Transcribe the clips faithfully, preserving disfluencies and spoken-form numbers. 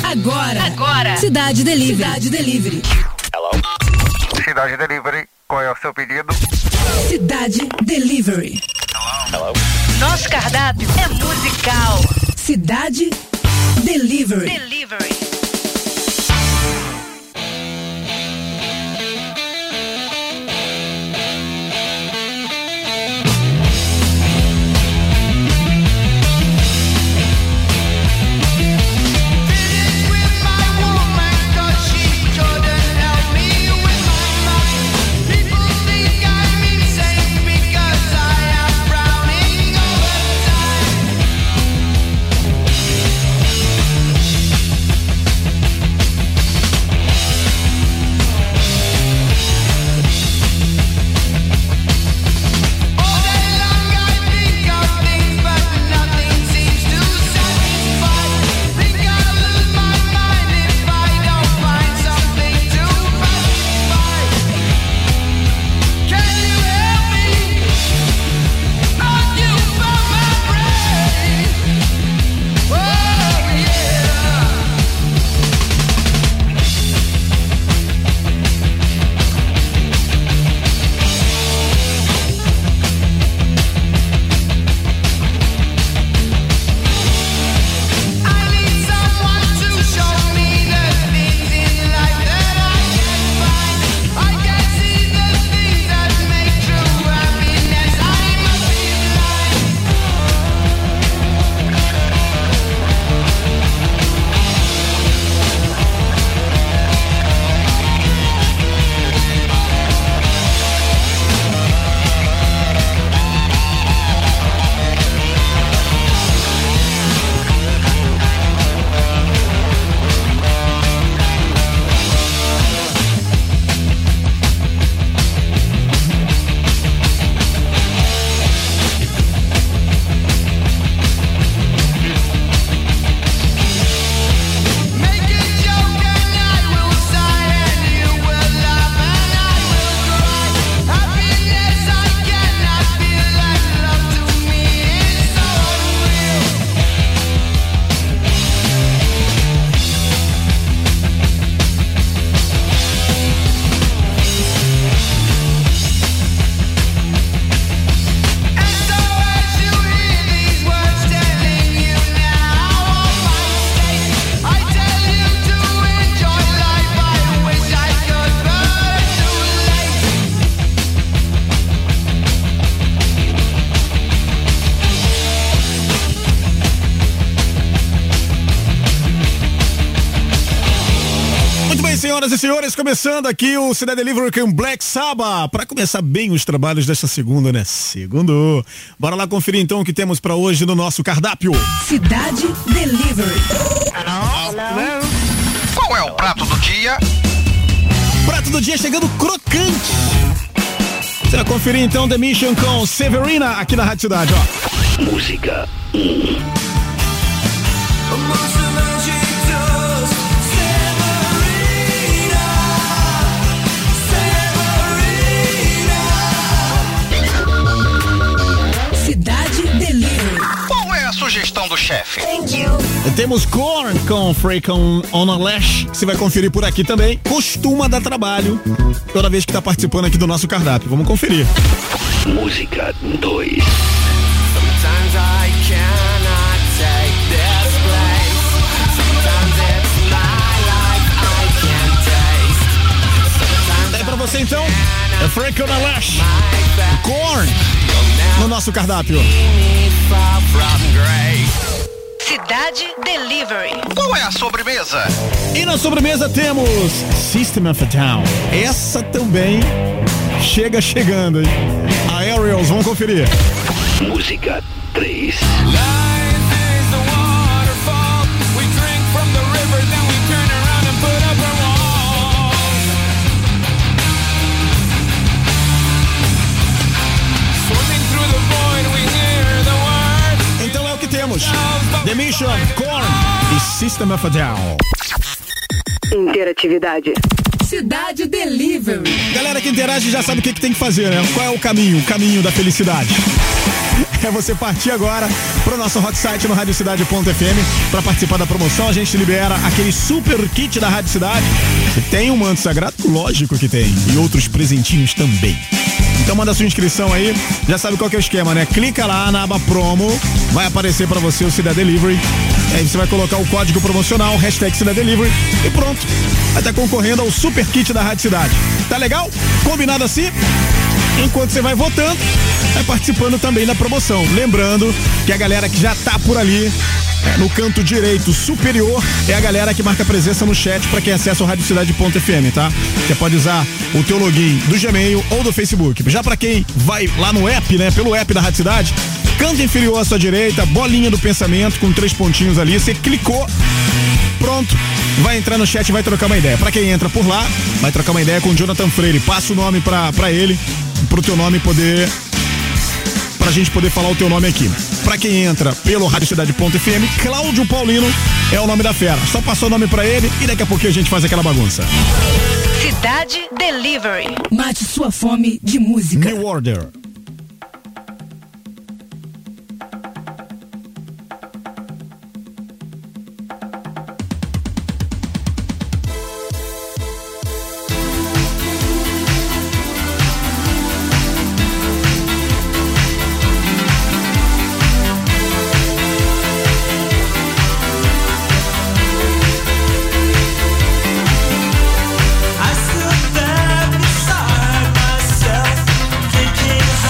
Agora. Agora. Cidade Delivery. Cidade Delivery. Hello. Cidade Delivery. Qual é o seu pedido? Cidade Delivery. Hello. Nosso cardápio é musical. Cidade Delivery. Delivery. Senhoras e senhores, começando aqui o Cidade Delivery com Black Sabbath, para começar bem os trabalhos desta segunda, né? Segundo. Bora lá conferir então o que temos para hoje no nosso cardápio. Cidade Delivery. Hello? Hello? Qual é o prato do dia? Prato do dia chegando crocante. Você vai conferir então The Mission com Severina aqui na Rádio Cidade, ó. Música um. Sugestão do chefe. Temos Korn com Freak on, on a Lash, que você vai conferir por aqui também. Costuma dar trabalho toda vez que tá participando aqui do nosso cardápio. Vamos conferir. Música dois. É pra você então, é Freak on a Lash, Korn, no nosso cardápio. Cidade Delivery. Qual é a sobremesa? E na sobremesa temos System of a Down. Essa também chega chegando, hein? A Aerials, vamos conferir. Música três. Temos The Mission, Korn e System of a Down. Interatividade. Cidade Delivery. Galera que interage já sabe o que, que tem que fazer, né? Qual é o caminho, o caminho da felicidade. é você partir agora pro nosso hot site no rádio cidade ponto f m para participar da promoção. A gente libera aquele super kit da Rádio Cidade. E tem um manto sagrado? Lógico que tem. E outros presentinhos também. Então manda sua inscrição aí, já sabe qual que é o esquema, né? Clica lá na aba promo, vai aparecer pra você o Cidade Delivery, aí você vai colocar o código promocional, hashtag Cidade Delivery e pronto, vai estar concorrendo ao super kit da Rádio Cidade. Tá legal? Combinado assim? Enquanto você vai votando, vai participando também da promoção. Lembrando que a galera que já tá por ali, é, no canto direito superior, é a galera que marca presença no chat para quem acessa o rádio cidade ponto f m, tá? Você pode usar o teu login do Gmail ou do Facebook. Já para quem vai lá no app, né? Pelo app da Rádio Cidade, canto inferior à sua direita, bolinha do pensamento com três pontinhos ali, você clicou, pronto, vai entrar no chat e vai trocar uma ideia. Pra quem entra por lá, vai trocar uma ideia com o Jonathan Freire. Passa o nome pra, pra ele, pro teu nome poder, pra gente poder falar o teu nome aqui. Pra quem entra pelo rádio cidade ponto f m, Cláudio Paulino é o nome da fera. Só passou o nome pra ele e daqui a pouquinho a gente faz aquela bagunça. Cidade Delivery. Mate sua fome de música. New Order. I stood there beside myself, thinking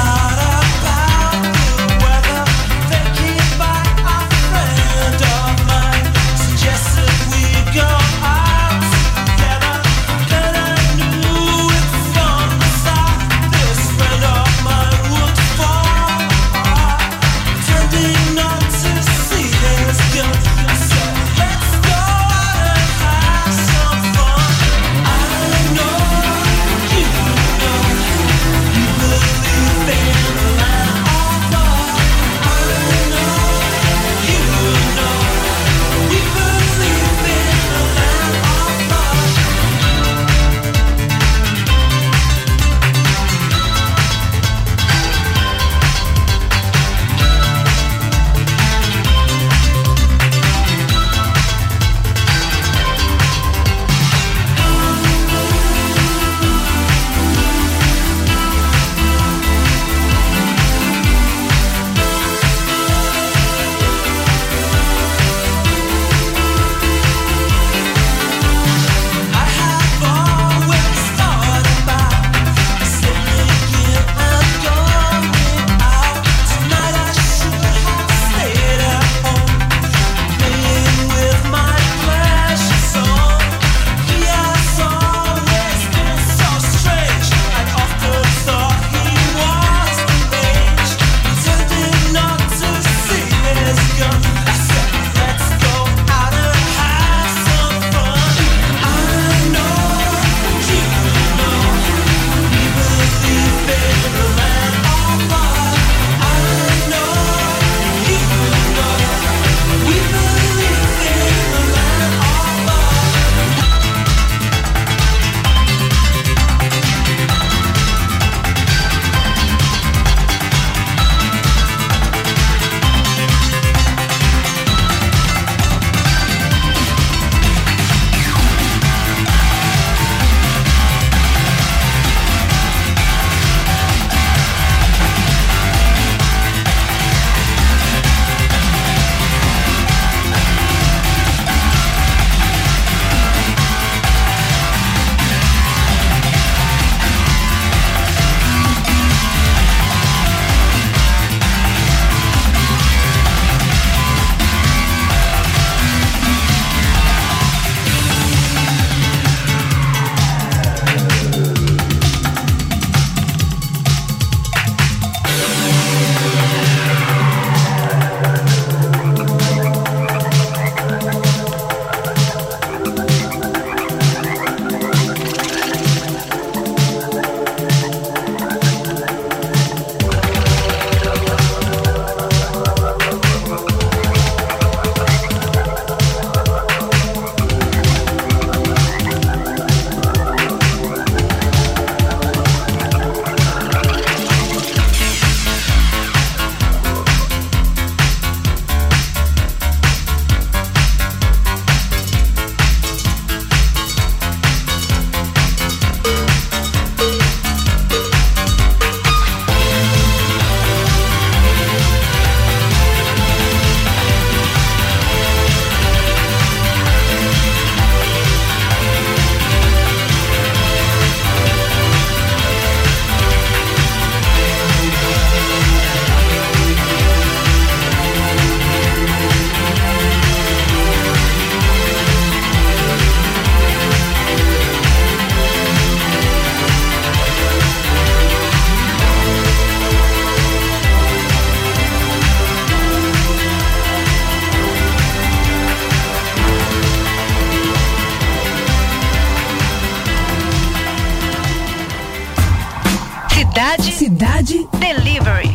Cidade, Cidade Delivery.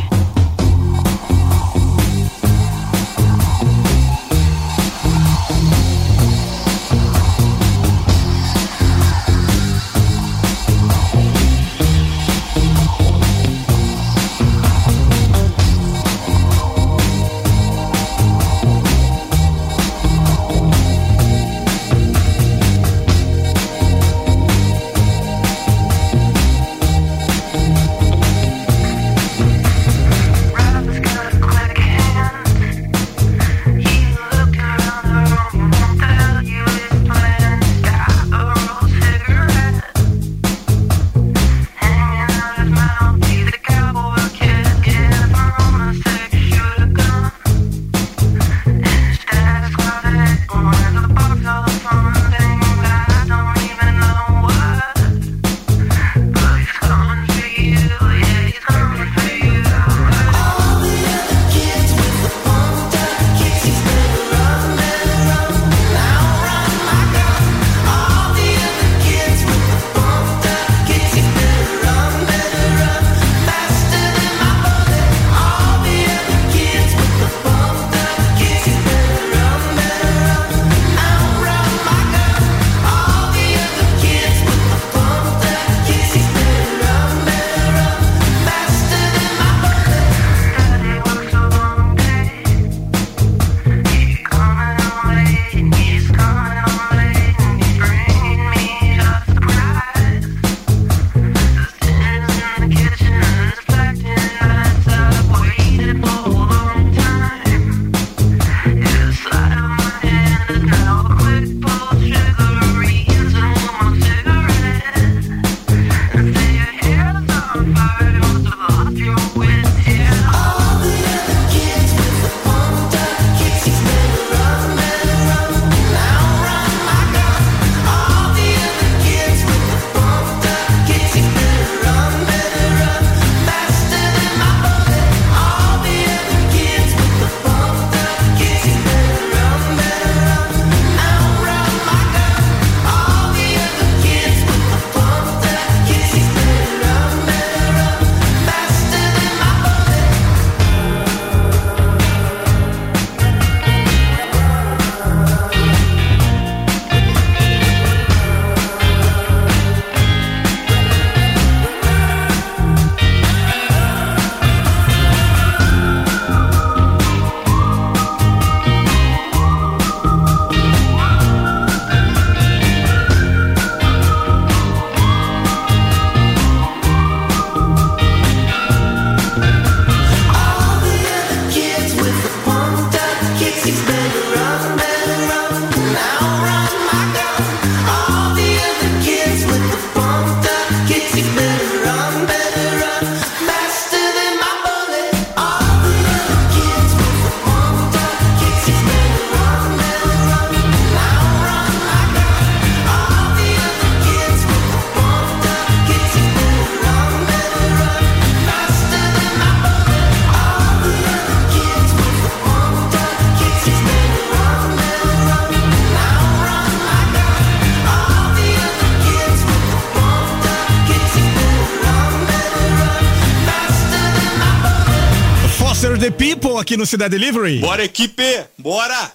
The People aqui no Cidade Delivery. Bora, equipe! Bora!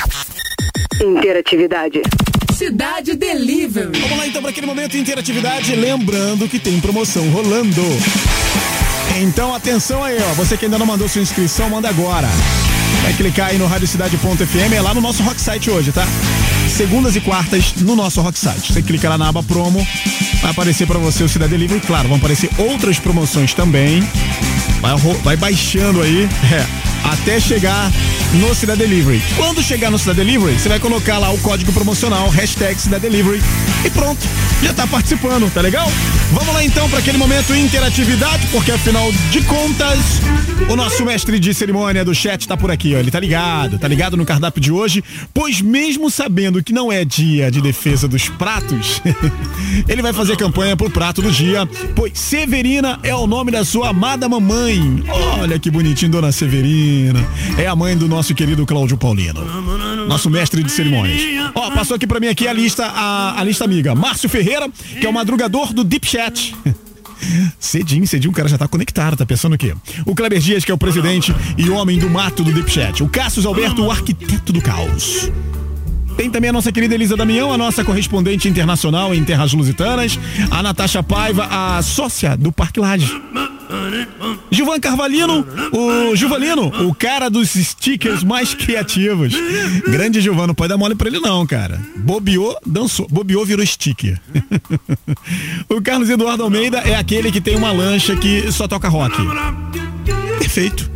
Interatividade. Cidade Delivery. Vamos lá então para aquele momento de interatividade, lembrando que tem promoção rolando. Então atenção aí, ó, você que ainda não mandou sua inscrição, manda agora. Vai clicar aí no rádio cidade ponto f m, é lá no nosso Rock Site hoje, tá? Segundas e quartas no nosso Rock Site. Você clica lá na aba promo, vai aparecer para você o Cidade Delivery. Claro, vão aparecer outras promoções também. Vai, vai baixando aí, é, até chegar no Cidade Delivery. Quando chegar no Cidade Delivery, você vai colocar lá o código promocional, hashtag Cidade Delivery, e pronto, já tá participando, tá legal? Vamos lá então para aquele momento interatividade, porque afinal de contas, o nosso mestre de cerimônia do chat tá por aqui, ó, ele tá ligado, tá ligado no cardápio de hoje, pois mesmo sabendo que não é dia de defesa dos pratos, ele vai fazer campanha pro prato do dia, pois Severina é o nome da sua amada mamãe. Olha que bonitinho, dona Severina. É a mãe do nosso querido Cláudio Paulino, nosso mestre de cerimônias. Ó, passou aqui pra mim aqui a lista, a, a lista amiga. Márcio Ferreira, que é o madrugador do Deep Chat. Cedinho, cedinho, o cara já tá conectado, tá pensando o quê? O Kleber Dias, que é o presidente e homem do mato do Deep Chat. O Cassius Alberto, o arquiteto do caos. Tem também a nossa querida Elisa Damião, a nossa correspondente internacional em terras lusitanas. A Natasha Paiva, a sócia do Parque Laje. Gilvan Carvalino, o Juvalino, o cara dos stickers mais criativos. Grande Gilvan, não pode dar mole pra ele não, cara. Bobeou, dançou. Bobeou, virou sticker. O Carlos Eduardo Almeida é aquele que tem uma lancha que só toca rock. Perfeito.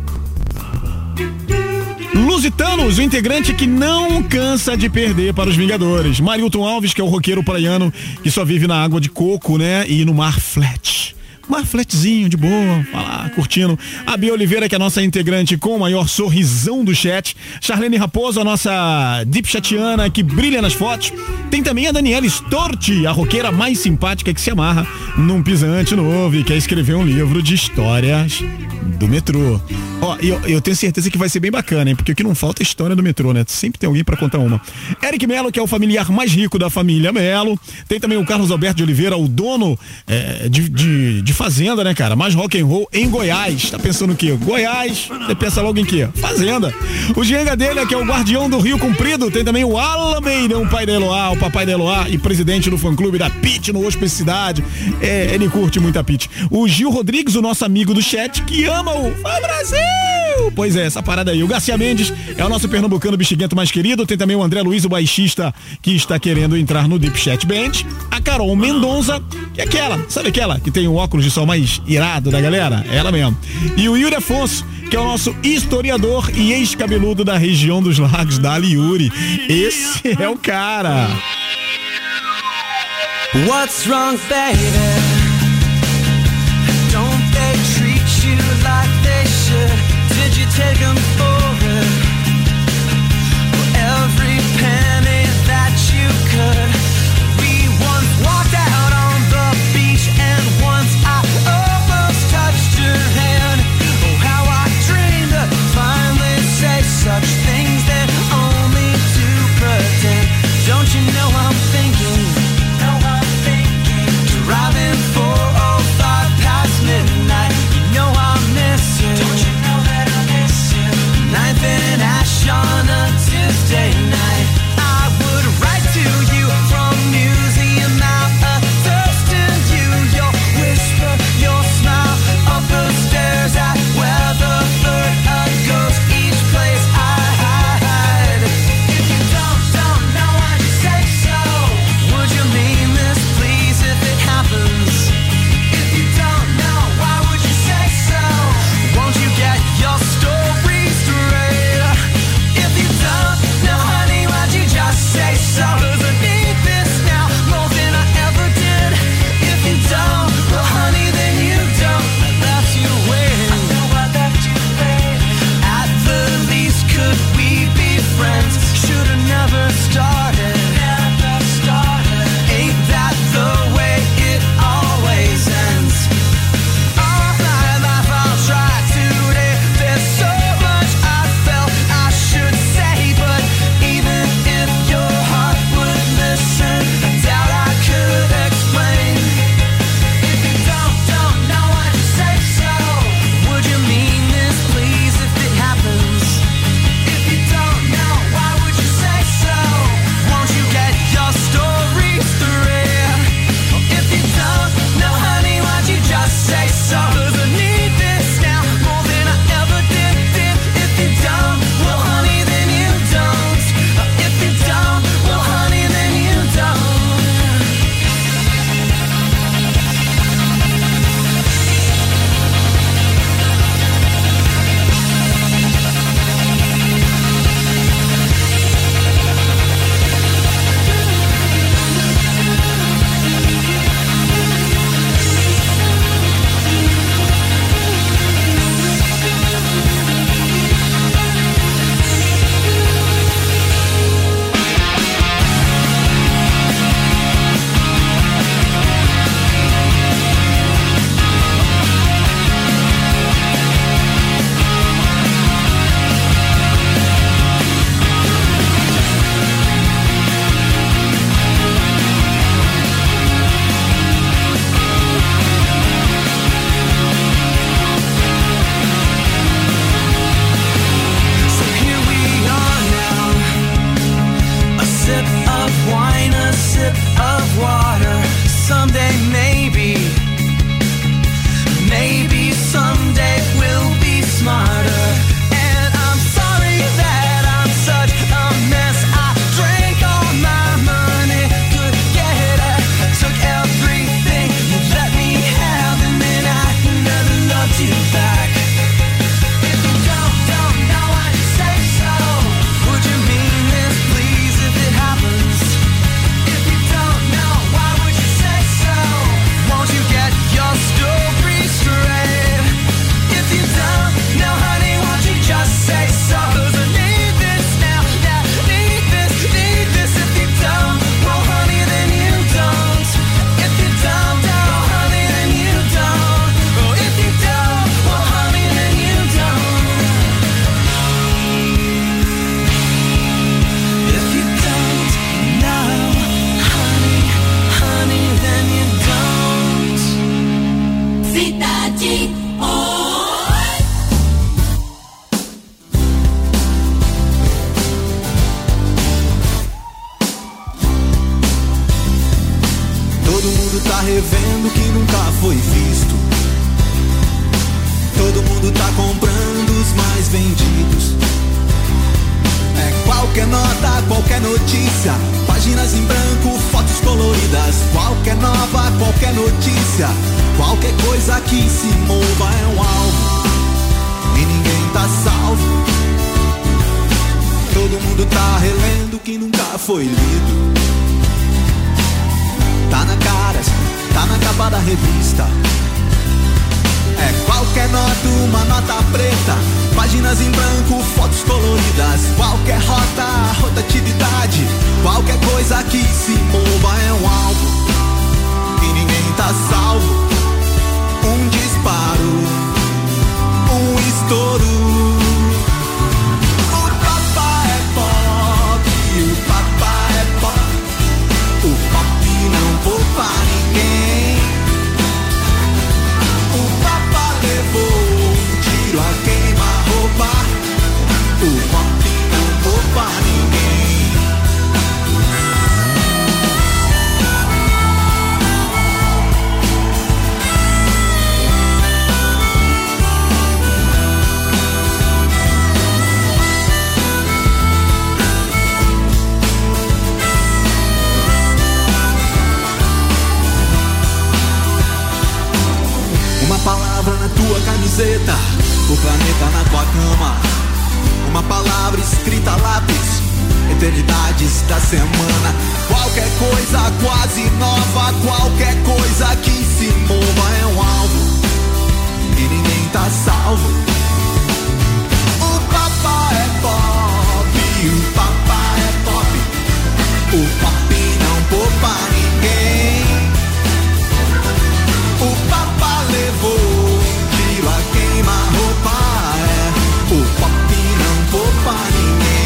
Lusitanos, o integrante que não cansa de perder para os Vingadores. Marilton Alves, que é o roqueiro praiano que só vive na água de coco, né? E no mar flat. Mar flatzinho, de boa, lá, curtindo. A Bia Oliveira, que é a nossa integrante com o maior sorrisão do chat. Charlene Raposo, a nossa deep chatiana que brilha nas fotos. Tem também a Daniela Storti, a roqueira mais simpática que se amarra num pisante novo e quer escrever um livro de histórias do metrô. Ó, eu, eu tenho certeza que vai ser bem bacana, hein? Porque o que não falta é história do metrô, né? Sempre tem alguém pra contar uma. Eric Melo, que é o familiar mais rico da família Melo. Tem também o Carlos Alberto de Oliveira, o dono é, de, de, de fazenda, né, cara? Mais rock and roll em Goiás. Tá pensando o quê? Goiás, você pensa logo em quê? Fazenda. O Gienga dele, que é o guardião do Rio Comprido. Tem também o Alan Meira, o pai da Eloá, o papai da Eloá e presidente do fã-clube da Pit no Hospicidade. É, ele curte muito a Pit. O Gil Rodrigues, o nosso amigo do chat, que ama o Vai Brasil! Pois é, essa parada aí. O Garcia Mendes é o nosso pernambucano bexiguento mais querido. Tem também o André Luiz, o baixista, que está querendo entrar no Deep Chat Band. A Carol Mendonça, que é aquela, sabe aquela que tem o óculos de sol mais irado da galera? É ela mesmo. E o Yuri Afonso, que é o nosso historiador e ex-cabeludo da região dos lagos, da Yuri. Esse é o cara. What's wrong, baby? Don't they treat you like they should? Did you take them for it? For every penny that you could. We once walked out on the beach and once I almost touched your hand. Oh, how I dreamed to finally say such things that only to pretend. Don't you know I'm thinking? No, I'm thinking. Driving four oh five past midnight. You know I miss you. Don't you know that I miss you? tá revendo o que nunca foi visto. Todo mundo tá comprando os mais vendidos. É qualquer nota, qualquer notícia, páginas em branco, fotos coloridas. Qualquer nova, qualquer notícia, qualquer coisa que se mova é um alvo. E ninguém tá salvo. Todo mundo tá relendo o que nunca foi lido. Tá na cara, tá na capa da revista. É qualquer nota, uma nota preta, páginas em branco, fotos coloridas. Qualquer rota, rotatividade, qualquer coisa que se mova é um alvo. E ninguém tá salvo. Um disparo, um estouro. O papá é pop, o papá é pop. O pop não poupa ninguém. O papá levou um tiro a queima-roupa. O pop não poupa ninguém. Uma palavra na tua camiseta, o planeta na tua cama. Uma palavra escrita a lápis, eternidades da semana. Qualquer coisa quase nova, qualquer coisa que se mova é um alvo. E ninguém tá salvo. O papá é pop, o papá é pop. O pop não poupa ninguém. O papá levou um tiro a queima-roupa. É, o pop não poupa ninguém.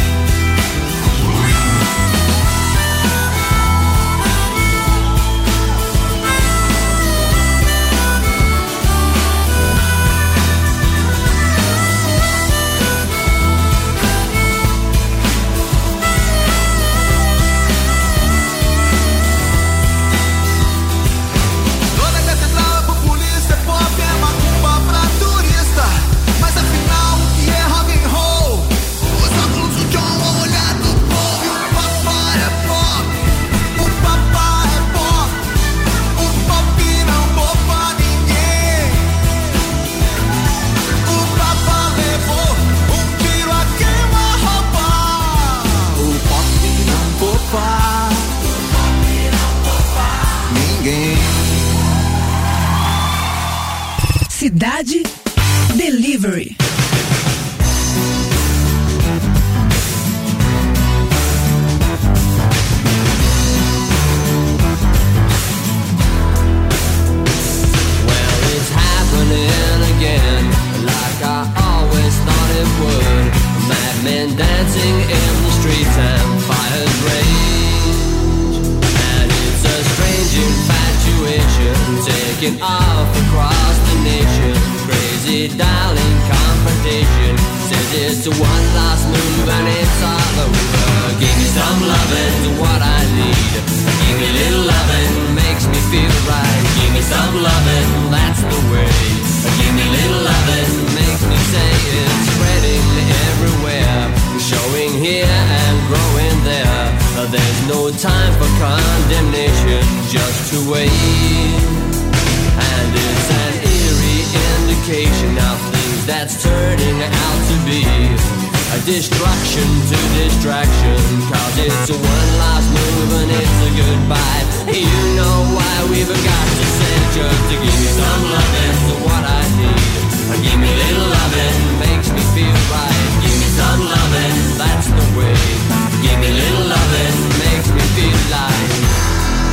Toda catedral é populista, é pop, é macumba pra turista. Mas afinal o que é rock and roll? Os óculos do John, o olhar do povo. E o papá é pop, o papá é pop. O pop não poupa ninguém. O papá levou um tiro a queima-roupa. O pop não poupa, o pop não poupa ninguém. Cidade Delivery. Well, it's happening again, like I always thought it would. Madmen dancing in the streets and fires rage. And it's a strange infatuation taking off across the nation. Crazy darling confrontation says it's a one last move and it's all over. Give me some lovin', what I need. Give me a little lovin', makes me feel right. Give me some lovin', that's the way. Give me a little lovin', makes me say it's spreading everywhere. Showing here and growing there. There's no time for condemnation, just to wait. And it's an eerie indication of things that's turning out to be a destruction to distraction. Cause it's a one last move and it's a goodbye. You know why we've got to say just to give me some lovin', what I need. Give me a little lovin', makes me feel right. Give me some lovin', that's the way. Give me a little lovin', makes me feel like.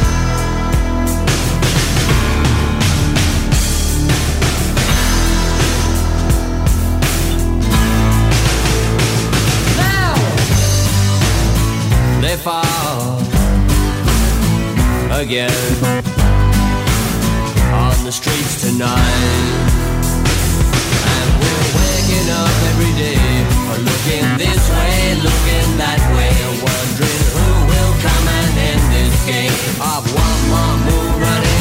They fall again on the streets tonight. And we're waking up every day, looking this way, looking that way, wondering who will come and end this game of one more move and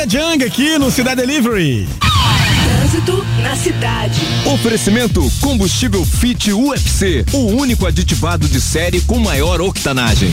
Jung aqui no Cidade Delivery. Trânsito na cidade. Oferecimento combustível Fit U F C, o único aditivado de série com maior octanagem.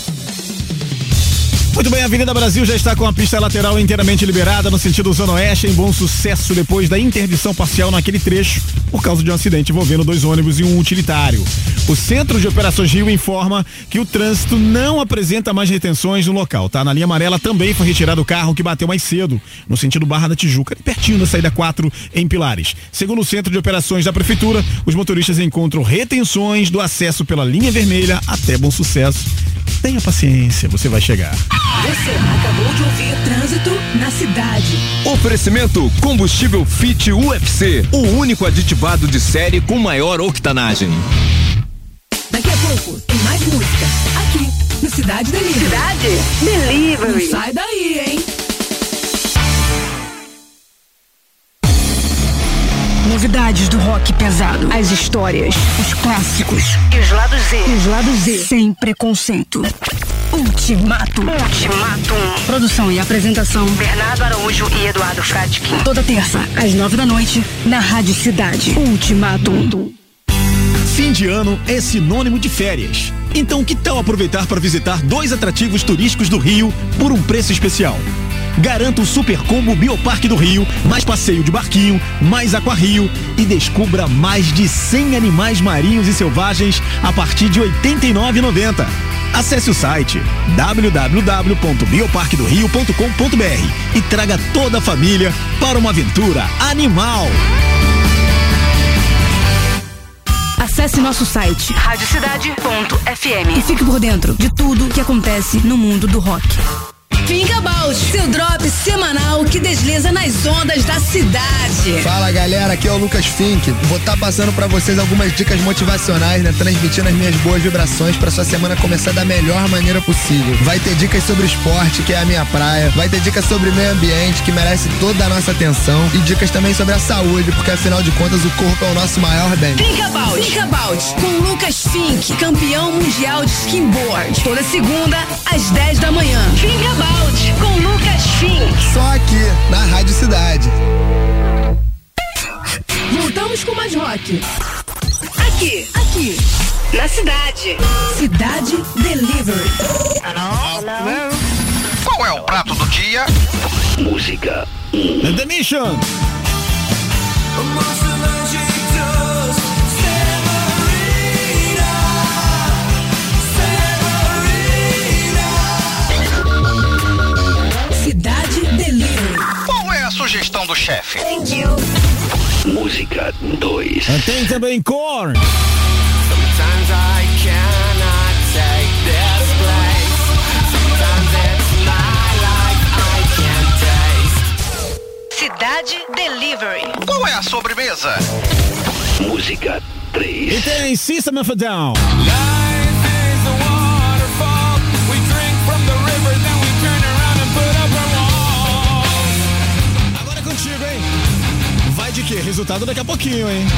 Muito bem, a Avenida Brasil já está com a pista lateral inteiramente liberada no sentido Zona Oeste, em Bom Sucesso, depois da interdição parcial naquele trecho, por causa de um acidente envolvendo dois ônibus e um utilitário. O Centro de Operações Rio informa que o trânsito não apresenta mais retenções no local, tá? Na linha amarela também foi retirado o carro que bateu mais cedo, no sentido Barra da Tijuca, pertinho da saída quatro, em Pilares. Segundo o Centro de Operações da Prefeitura, os motoristas encontram retenções do acesso pela linha vermelha até Bom Sucesso. Tenha paciência, você vai chegar. Você acabou de ouvir Trânsito na Cidade. Oferecimento combustível Fit U F C, o único aditivado de série com maior octanagem. Daqui a pouco tem mais música aqui no Cidade Delivery. Cidade Delivery. Não sai daí, hein? Novidades do rock pesado. As histórias, os clássicos E os lados Z. e os lados Z. Sem preconceito. Ultimato. Ultimatum. Produção e apresentação. Bernardo Araújo e Eduardo Fradkin. Toda terça, às nove da noite, na Rádio Cidade. Ultimato. Fim de ano é sinônimo de férias. Então, que tal aproveitar para visitar dois atrativos turísticos do Rio por um preço especial? Garanta o Super Combo Bioparque do Rio, mais passeio de barquinho, mais aquarrio e descubra mais de cem animais marinhos e selvagens a partir de oitenta e nove reais e noventa centavos. Acesse o site w w w ponto bioparque do rio ponto com ponto b r e traga toda a família para uma aventura animal. Acesse nosso site rádio cidade ponto f m e fique por dentro de tudo que acontece no mundo do rock. Think About, seu drop semanal que desliza nas ondas da cidade. Fala galera, aqui é o Lucas Fink. Vou estar passando pra vocês algumas dicas motivacionais, né? Transmitindo as minhas boas vibrações pra sua semana começar da melhor maneira possível. Vai ter dicas sobre esporte, que é a minha praia. Vai ter dicas sobre meio ambiente, que merece toda a nossa atenção. E dicas também sobre a saúde, porque afinal de contas o corpo é o nosso maior bem. Think About, Think About, com Lucas Fink, campeão mundial de skimboard. Toda segunda, às dez da manhã. Think About com Lucas Fink. Só aqui, na Rádio Cidade. Voltamos com mais rock. Aqui, Aqui, na cidade. Cidade Delivery. Qual é o prato do dia? Música The Mission. Cidade Delivery. Qual é a sugestão do chefe? Música dois. Tem também Korn. Sometimes I cannot take this place. Sometimes it's my life I can't taste. Cidade Delivery. Qual é a sobremesa? Música E três. tem System of a Down. Agora é contigo, hein? Vai de quê? Resultado daqui a pouquinho, hein?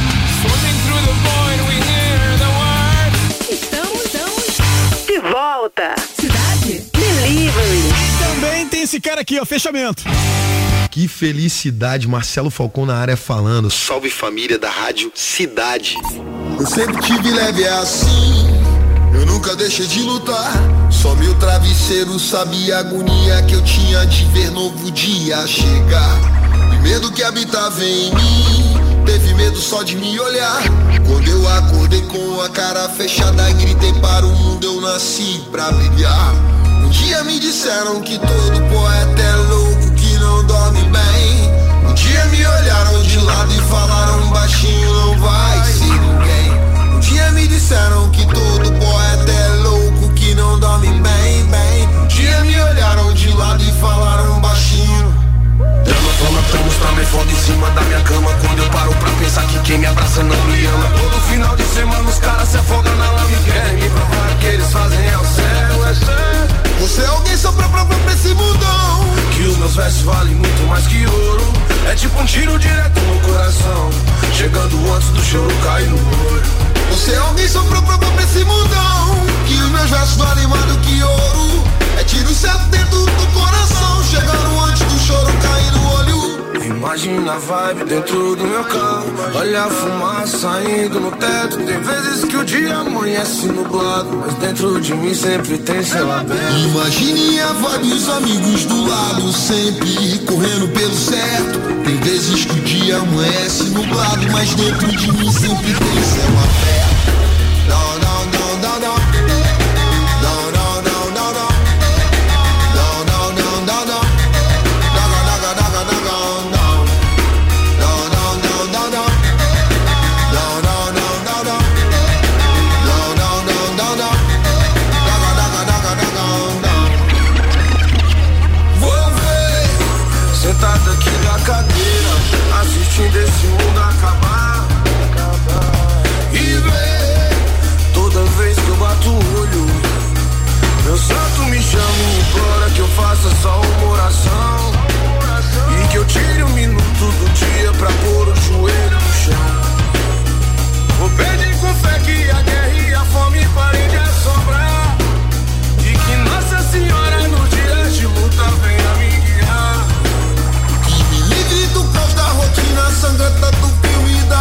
Estamos, estamos. De volta. Cidade Delivery. E também tem esse cara aqui, ó, fechamento. Que felicidade, Marcelo Falcão na área falando. Salve família da Rádio Cidade. Eu sempre tive leve assim, eu nunca deixei de lutar. Só meu travesseiro sabia a agonia que eu tinha de ver novo dia chegar. E medo que habitava em mim, teve medo só de me olhar. Quando eu acordei com a cara fechada, gritei para o mundo, eu nasci pra brilhar. Um dia me disseram que todo poeta é louco, que não dorme bem. Um dia me olharam de lado e falaram baixinho, não vai ser ninguém. Um dia me disseram que todo poeta é louco, que não dorme bem, bem. Um dia me olharam de lado e falaram baixinho. Dama, toma, tamo, também foda em cima da minha cama. Quando eu paro pra pensar que quem me abraça não me ama. Todo final de semana os caras se afogam na lama e querem me provar que eles fazem é o céu, é céu. Você é alguém só pra provar pra esse mundão que os meus versos valem muito mais que ouro. É tipo um tiro direto no coração, chegando antes do choro cair no olho. Você é alguém só pra provar pra esse mundão que os meus versos valem mais do que ouro. É tiro certo dentro do coração, chegando antes do choro cair. na vibe dentro do meu carro. Olha a fumaça saindo no teto. Tem vezes que o dia amanhece nublado, mas dentro de mim sempre tem céu aberto. Imagine a vibe dos amigos do lado, sempre correndo pelo certo. Tem vezes que o dia amanhece nublado, mas dentro de mim sempre tem céu aberto. Não, não, não, não, não. Assistindo esse mundo acabar e ver toda vez que eu bato o olho, meu santo me chama e implora que eu faça só uma oração e que eu tire um minuto do dia pra pôr o joelho no chão. Vou pedir com fé que a guerra e a fome parem de assombrar e que Nossa Senhora nos dias de luta venha me guiar. Do caos da rotina sangrenta do filme da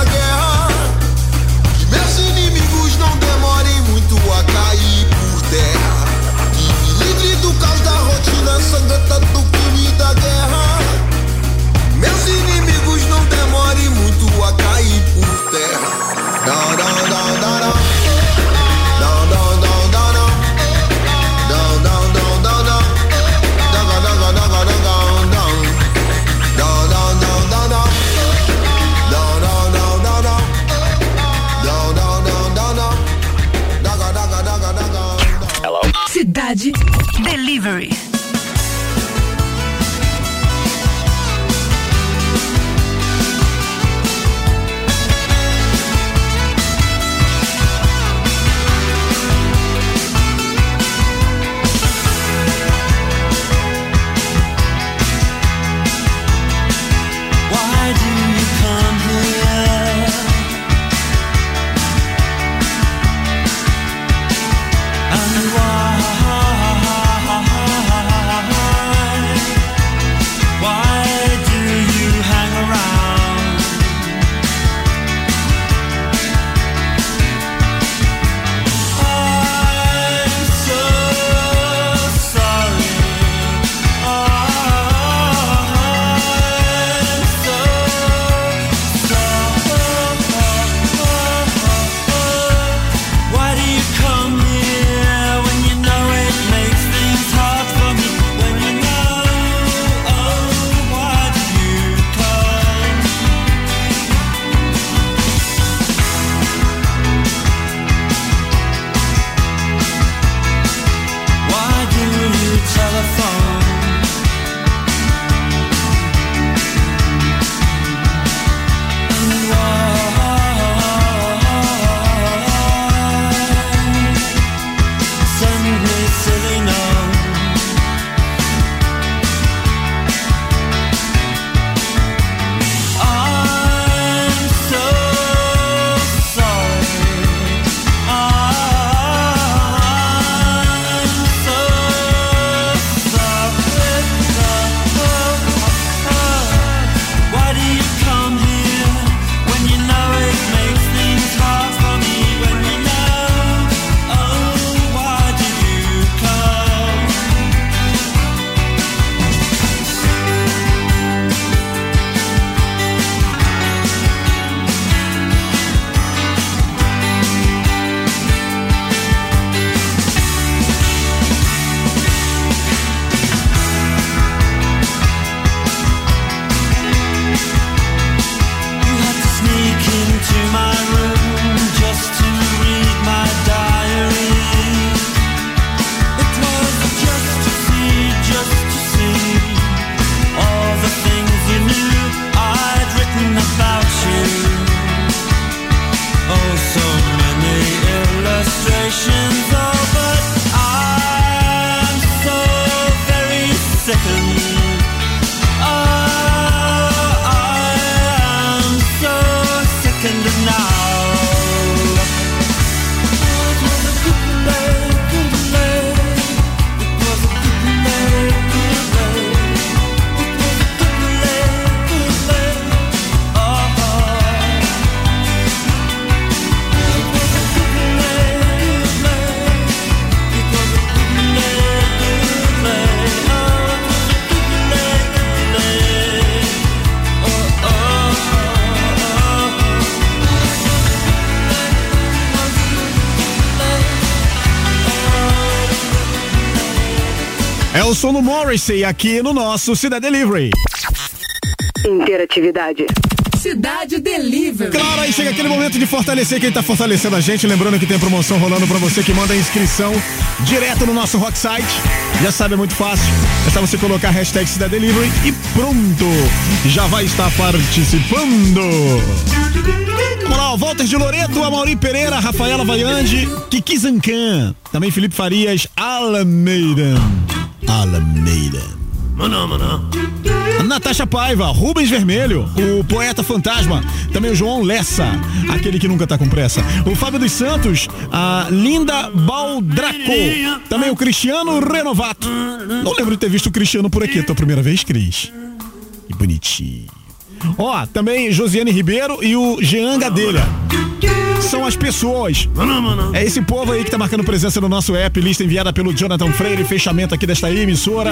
o som do Morrissey aqui no nosso Cidade Delivery. Interatividade. Cidade Delivery. Claro, aí chega aquele momento de fortalecer quem tá fortalecendo a gente. Lembrando que tem promoção rolando pra você que manda a inscrição direto no nosso Rock Site. Já sabe, é muito fácil. É só você colocar a hashtag Cidade Delivery e pronto. Já vai estar participando. Vamos lá, o Walter de Loreto, Amaury Pereira, Rafaela Vaiande, Kiki Zancan, também Felipe Farias, Alameida. Alameida. Maná, maná. Natasha Paiva, Rubens Vermelho, o Poeta Fantasma, também o João Lessa, aquele que nunca tá com pressa, o Fábio dos Santos, a Linda Baldraco, também o Cristiano Renovato. Não lembro de ter visto o Cristiano por aqui, é a tua primeira vez, Cris? Que bonitinho. Ó, também Josiane Ribeiro e o Jean Gadelha. São as pessoas. É esse povo aí que tá marcando presença no nosso app, lista enviada pelo Jonathan Freire, fechamento aqui desta emissora.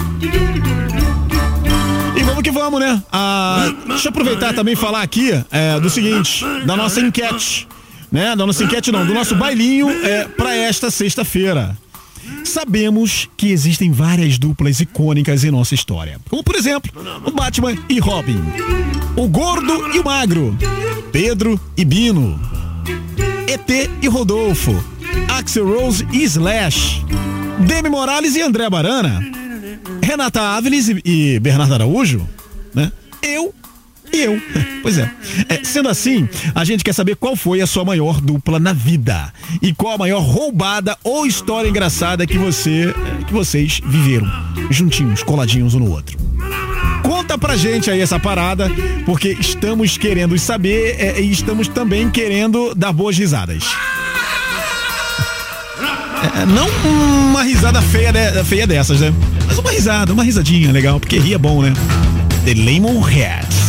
E vamos que vamos, né? Ah, deixa eu aproveitar também e falar aqui é, do seguinte, da nossa enquete, né? Da nossa enquete não, do nosso bailinho é, pra esta sexta-feira. Sabemos que existem várias duplas icônicas em nossa história, como por exemplo, o Batman e Robin, o Gordo e o Magro, Pedro e Bino, E T e Rodolfo, Axl Rose e Slash, Demi Morales e André Barana, Renata Áviles e, e Bernardo Araújo, né? Eu e eu. Pois é. é. Sendo assim, a gente quer saber qual foi a sua maior dupla na vida e qual a maior roubada ou história engraçada que você, que vocês viveram juntinhos, coladinhos um no outro. Conta pra gente aí essa parada, porque estamos querendo saber é, e estamos também querendo dar boas risadas. É, não uma risada feia, de, feia dessas, né? Mas uma risada, uma risadinha legal, porque rir é bom, né? The Lemonheads.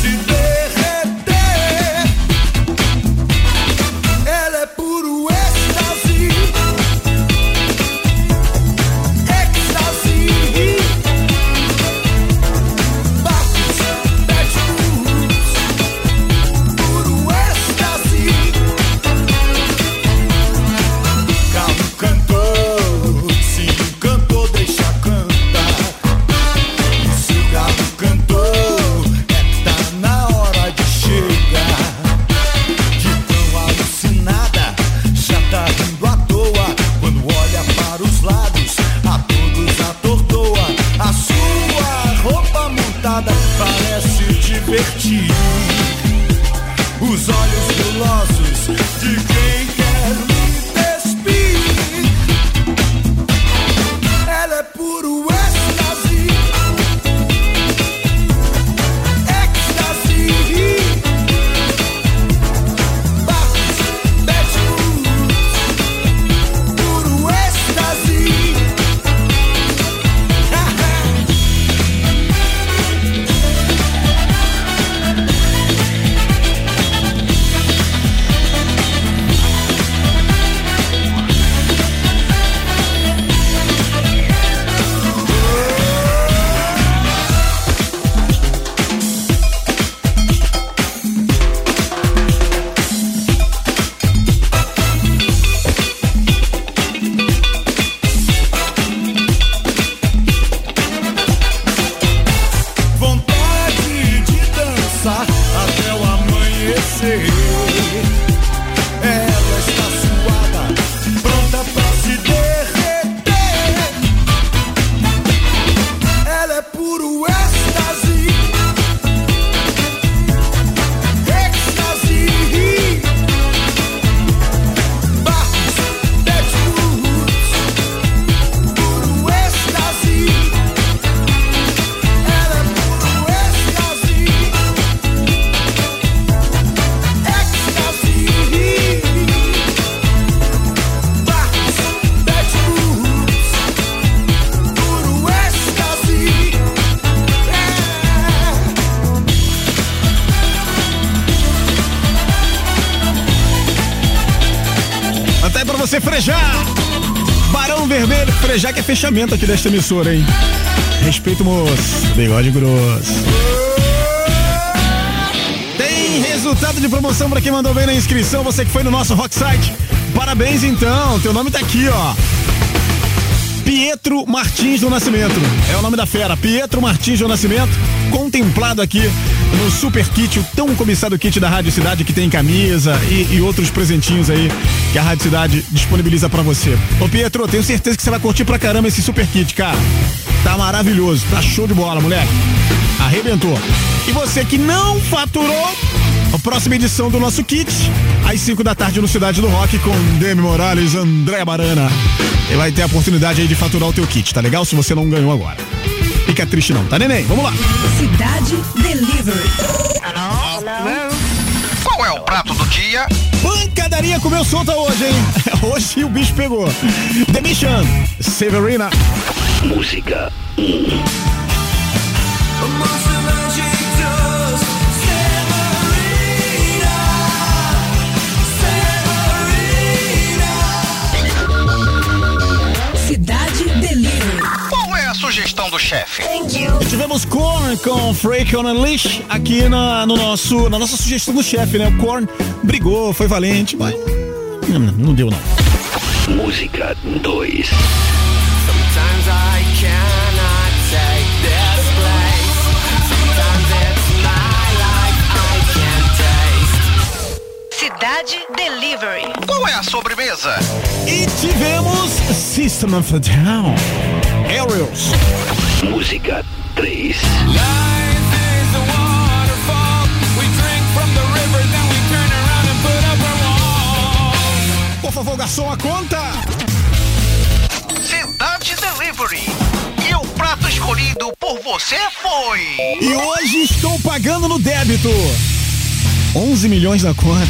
se derreter. Ela é puro êxtase, êxtase. Bacos, bad roots, puro êxtase. Carro cantor, se encantou, deixa cantar. E se o galo cantou, é que tá na hora de chegar. De tão alucinada, já tá rindo à toa. Quando olha para os lados, a todos atordoa. A sua roupa montada parece divertir os olhos gulosos de quem quer me despir. Ela é puro êxtase, êxtase. Bacos, bad roots, puro êxtase. Vontade de dançar até o amanhecer. Ela está suada, pronta pra se derreter. Ela é puro êxtase, êxtase. Bacos, bad roots, puro êxtase. Ela é puro êxtase, êxtase. Bacos, bad roots, puro êxtase. Até pra você frejar. Barão Vermelho, frejar que é fechamento aqui desta emissora, hein? Respeito, moço. Bigode grosso. Tem resultado de promoção pra quem mandou bem na inscrição. Você que foi no nosso Rock Site. Parabéns, então. Teu nome tá aqui, ó. Pietro Martins do Nascimento. É o nome da fera. Pietro Martins do Nascimento. Contemplado aqui no Super Kit, o tão cobiçado kit da Rádio Cidade, que tem camisa e, e outros presentinhos aí que a Rádio Cidade disponibiliza pra você. Ô Pietro, tenho certeza que você vai curtir pra caramba esse Super Kit, cara. Tá maravilhoso, tá show de bola, moleque. Arrebentou. E você que não faturou, a próxima edição do nosso kit, às cinco da tarde no Cidade do Rock, com Demi Morales, André Barana. E vai ter a oportunidade aí de faturar o teu kit, tá legal? Se você não ganhou agora. Fica triste não, tá, neném? Vamos lá. Cidade Delivery. Qual é o prato do dia? Pancadaria comeu solta hoje, hein? Hoje o bicho pegou. The Mission, Severina. Música um. Cidade Delivery. Qual é a sugestão do chefe? Tivemos Korn com Freak on a Leash aqui na, no nosso, na nossa sugestão do chefe, né? O Korn brigou, foi valente, mas não, não deu não. Música dois. Sometimes I cannot take this place. Sometimes it's my life I can't taste. Cidade Delivery. Qual é a sobremesa? E tivemos System of a Down, Aerials. Música três. Life is a waterfall. We drink from the river, then we turn around and put up a wall. Por favor, garçom, a conta. Cidade Delivery. E o prato escolhido por você foi... E hoje estou pagando no débito. onze milhões na conta.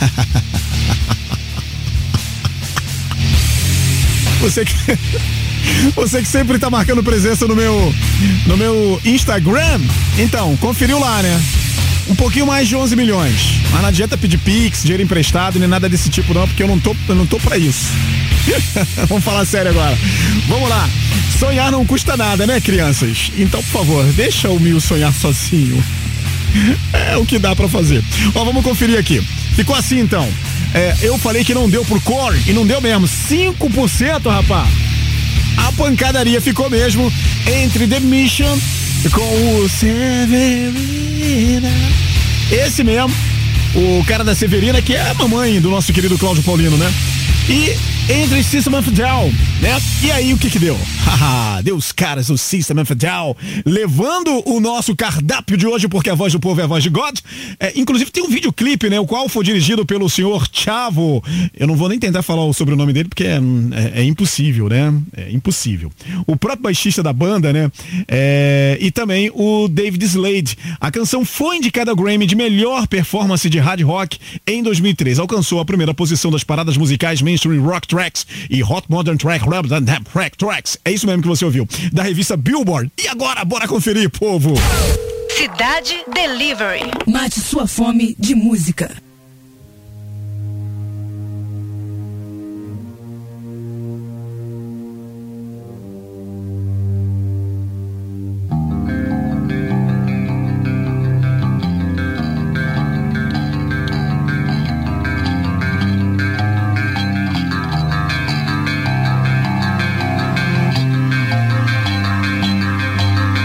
Você que, você que sempre tá marcando presença no meu, no meu Instagram, então, conferiu lá, né? um pouquinho mais de onze milhões. Mas não adianta pedir Pix, dinheiro emprestado, nem nada desse tipo não, porque eu não tô, eu não tô pra isso. Vamos falar sério agora. Vamos lá. Sonhar não custa nada, né, crianças? Então, por favor, deixa o Mil sonhar sozinho. É o que dá pra fazer. Ó, vamos conferir aqui. Ficou assim, então. É, eu falei que não deu pro Core e não deu mesmo. cinco por cento, rapaz. A pancadaria ficou mesmo entre The Mission com o Severina. Esse mesmo, o cara da Severina, que é a mamãe do nosso querido Cláudio Paulino, né? E entre System of a Down, né? E aí o que que deu? Haha, deu os caras do System of a Down levando o nosso cardápio de hoje, porque a voz do povo é a voz de God. É, inclusive tem um videoclipe, né? O qual foi dirigido pelo senhor Chavo. Eu não vou nem tentar falar o sobrenome dele, porque é, é, é impossível, né? É impossível. O próprio baixista da banda, né? É, e também o David Slade. A canção foi indicada ao Grammy de melhor performance de hard rock em dois mil e três. Alcançou a primeira posição das paradas musicais Mainstream Rock Tracks e Hot Modern Track Track Tracks. É isso mesmo que você ouviu, da revista Billboard. E agora, bora conferir, povo! Cidade Delivery. Mate sua fome de música.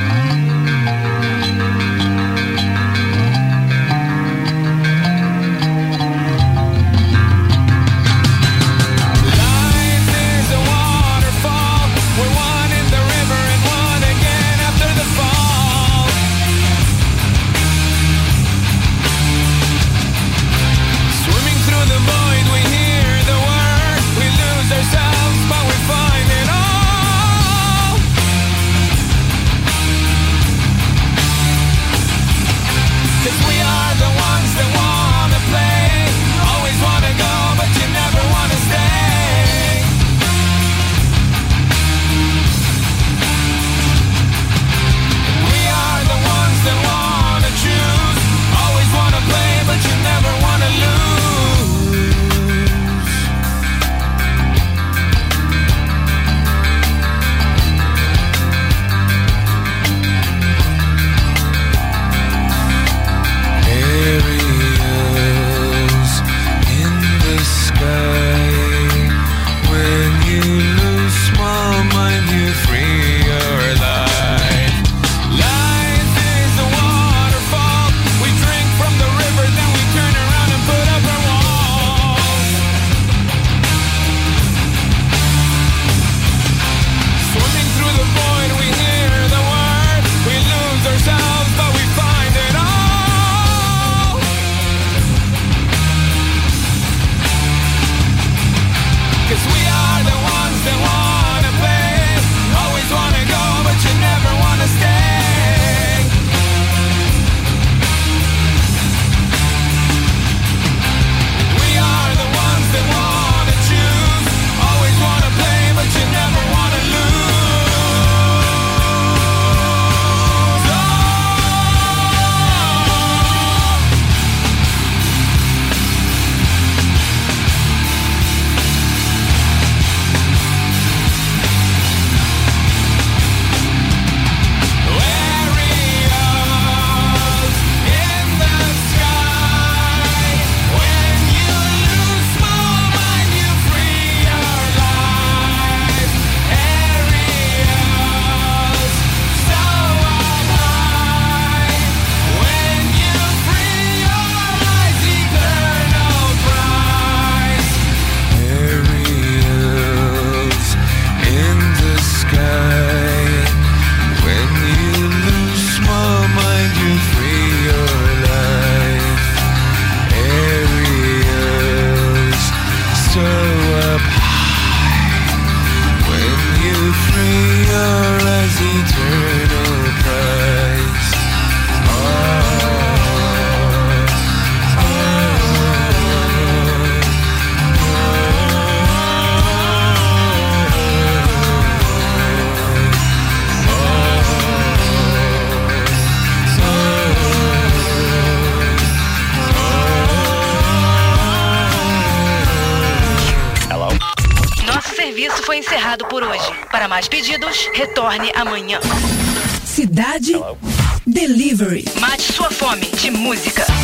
Thank encerrado por hoje. Para mais pedidos, retorne amanhã. Cidade Delivery. Mate sua fome de música.